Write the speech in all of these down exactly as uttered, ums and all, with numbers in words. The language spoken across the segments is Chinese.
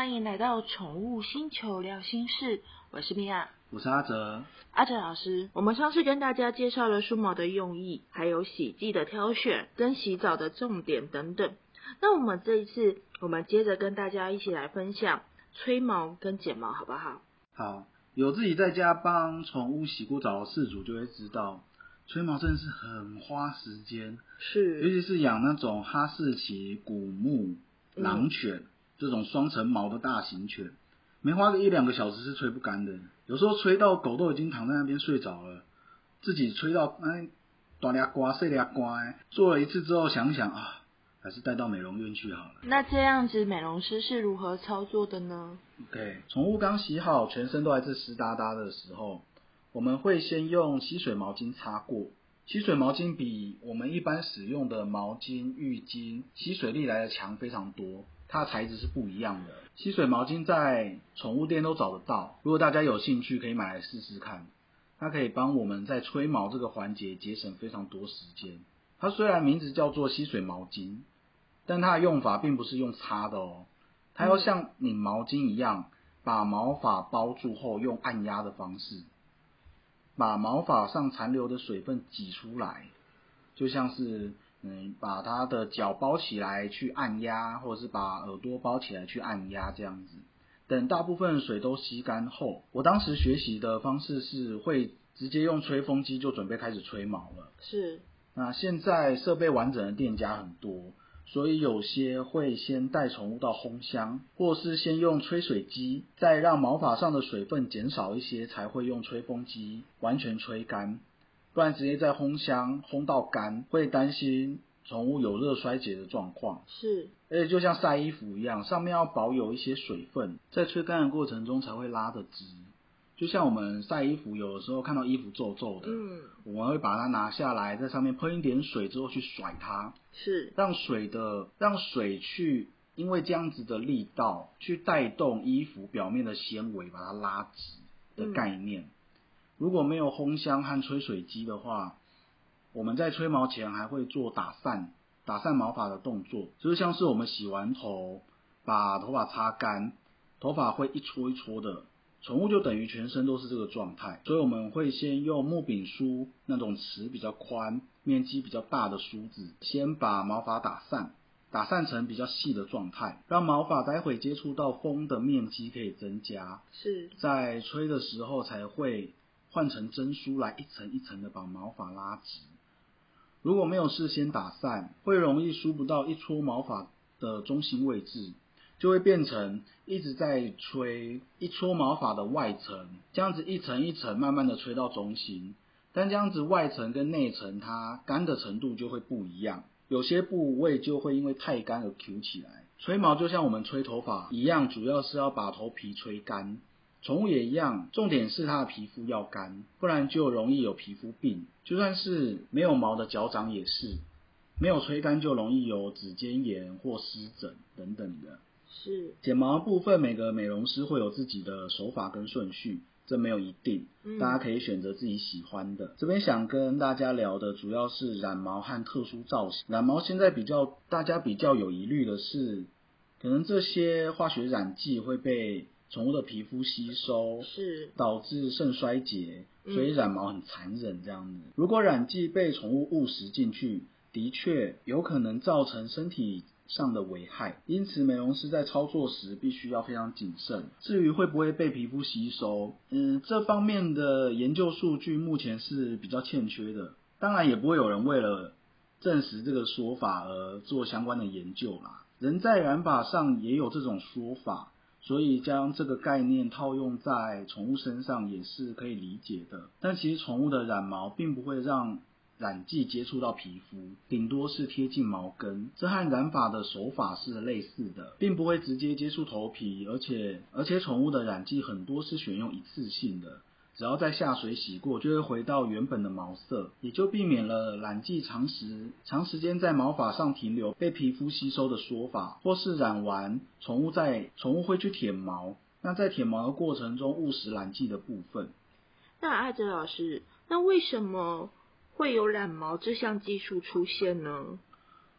欢迎来到宠物星球聊心事，我是米娅， 我是阿哲。 阿哲老师，我们上次跟大家介绍了梳毛的用意，还有洗剂的挑选跟洗澡的重点等等。那我们这一次，我们接着跟大家一起来分享吹毛跟剪毛，好不好？ 好，有自己在家帮宠物洗过澡的饲主就会知道，吹毛真的是很花时间， 是， 尤其是养那种哈士奇、古牧、狼犬、嗯、这种双层毛的大型犬，没花个一两个小时是吹不干的。有时候吹到狗都已经躺在那边睡着了，自己吹到哎大俩瓜细俩瓜，做了一次之后想想啊，还是带到美容院去好了。 那这样子美容师是如何操作的呢？ OK， 宠物刚洗好，全身都还是湿哒哒的时候，我们会先用吸水毛巾擦过。吸水毛巾比我们一般使用的毛巾、浴巾吸水力来的强非常多，它的材质是不一样的。吸水毛巾在宠物店都找得到，如果大家有兴趣可以买来试试看，它可以帮我们在吹毛这个环节节省非常多时间。它虽然名字叫做吸水毛巾，但它的用法并不是用擦的哦，它要像拧毛巾一样，把毛发包住后用按压的方式，把毛发上残留的水分挤出来，就像是嗯把它的脚包起来去按压，或者是把耳朵包起来去按压这样子。等大部分水都吸干后，我当时学习的方式是会直接用吹风机就准备开始吹毛了。 是。 那现在设备完整的店家很多，所以有些会先带宠物到烘箱，或是先用吹水机，再让毛发上的水分减少一些，才会用吹风机完全吹干，不然直接在烘箱烘到干，会担心宠物有热衰竭的状况。 是， 而且就像晒衣服一样，上面要保有一些水分，在吹干的过程中才会拉得直。就像我们晒衣服，有的时候看到衣服皱皱的，嗯，我们会把它拿下来，在上面喷一点水之后去甩它， 是让水的让水去，因为这样子的力道去带动衣服表面的纤维，把它拉直的概念。嗯、如果没有烘箱和吹水机的话，我们在吹毛前还会做打散打散毛发的动作，就是像是我们洗完头，把头发擦干，头发会一撮一撮的。宠物就等于全身都是这个状态，所以我们会先用木柄梳那种齿比较宽、面积比较大的梳子，先把毛发打散，打散成比较细的状态，让毛发待会接触到风的面积可以增加。 是， 在吹的时候才会换成针梳来一层一层的把毛发拉直。如果没有事先打散，会容易梳不到一撮毛发的中心位置，就会变成一直在吹一撮毛发的外层，这样子一层一层慢慢的吹到中心，但这样子外层跟内层它干的程度就会不一样，有些部位就会因为太干而 Q 起来。吹毛就像我们吹头发一样，主要是要把头皮吹干，宠物也一样，重点是它的皮肤要干，不然就容易有皮肤病，就算是没有毛的脚掌也是，没有吹干就容易有指尖炎或湿疹等等的。 是， 剪毛的部分每个美容师会有自己的手法跟顺序，这没有一定，嗯、大家可以选择自己喜欢的。这边想跟大家聊的主要是染毛和特殊造型。染毛现在比较大家比较有疑虑的是，可能这些化学染剂会被宠物的皮肤吸收， 是导致肾衰竭，所以染毛很残忍这样子。嗯、如果染剂被宠物误食进去，的确有可能造成身体上的危害，因此美容师在操作时必须要非常谨慎。至于会不会被皮肤吸收，嗯，这方面的研究数据目前是比较欠缺的，当然也不会有人为了证实这个说法而做相关的研究啦。人在染发上也有这种说法，所以将这个概念套用在宠物身上也是可以理解的。但其实宠物的染毛并不会让染剂接触到皮肤，顶多是贴近毛根，这和染发的手法是类似的，并不会直接接触头皮，而且而且宠物的染剂很多是选用一次性的，只要在下水洗过就会回到原本的毛色，也就避免了染剂长时长时间在毛发上停留被皮肤吸收的说法，或是染完宠物在宠物会去舔毛，那在舔毛的过程中误食染剂的部分。 那艾哲老师，那为什么会有染毛这项技术出现呢？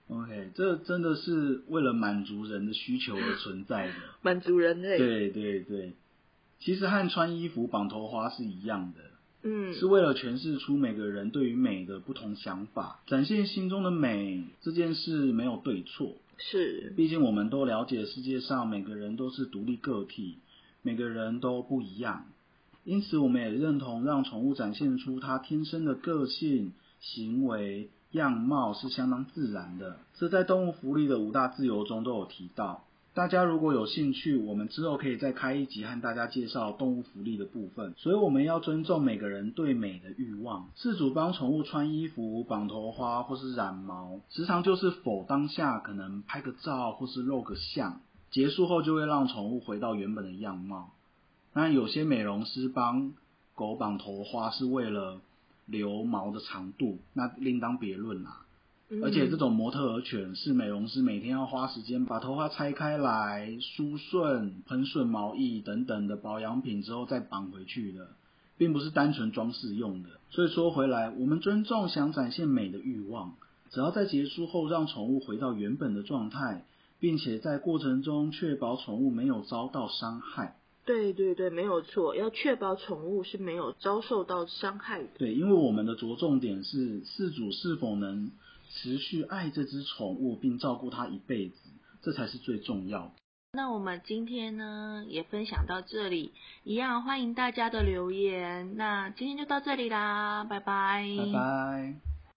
OK， 这真的是为了满足人的需求而存在的， 满足人类。 对对对，其实和穿衣服、绑头花是一样的， 嗯， 是为了诠释出每个人对于美的不同想法，展现心中的美。这件事没有对错， 是， 毕竟我们都了解世界上每个人都是独立个体，每个人都不一样，因此我们也认同让宠物展现出它天生的个性、行为、样貌是相当自然的，这在动物福利的五大自由中都有提到。大家如果有兴趣，我们之后可以再开一集和大家介绍动物福利的部分。所以我们要尊重每个人对美的欲望。饲主帮宠物穿衣服、绑头花或是染毛，时常就是否当下可能拍个照或是露个相，结束后就会让宠物回到原本的样貌。那有些美容师帮狗绑头花是为了留毛的长度，那另当别论啦。而且这种模特儿犬是美容师每天要花时间把头发拆开来、梳顺、喷顺毛液等等的保养品之后再绑回去的，并不是单纯装饰用的。所以说回来，我们尊重想展现美的欲望，只要在结束后让宠物回到原本的状态，并且在过程中确保宠物没有遭到伤害。 对对对，没有错，要确保宠物是没有遭受到伤害的。 对，因为我们的着重点是饲主是否能持续爱这只宠物并照顾它一辈子，这才是最重要的。 那我们今天呢也分享到这里，一样欢迎大家的留言。那今天就到这里啦，拜拜。 拜拜。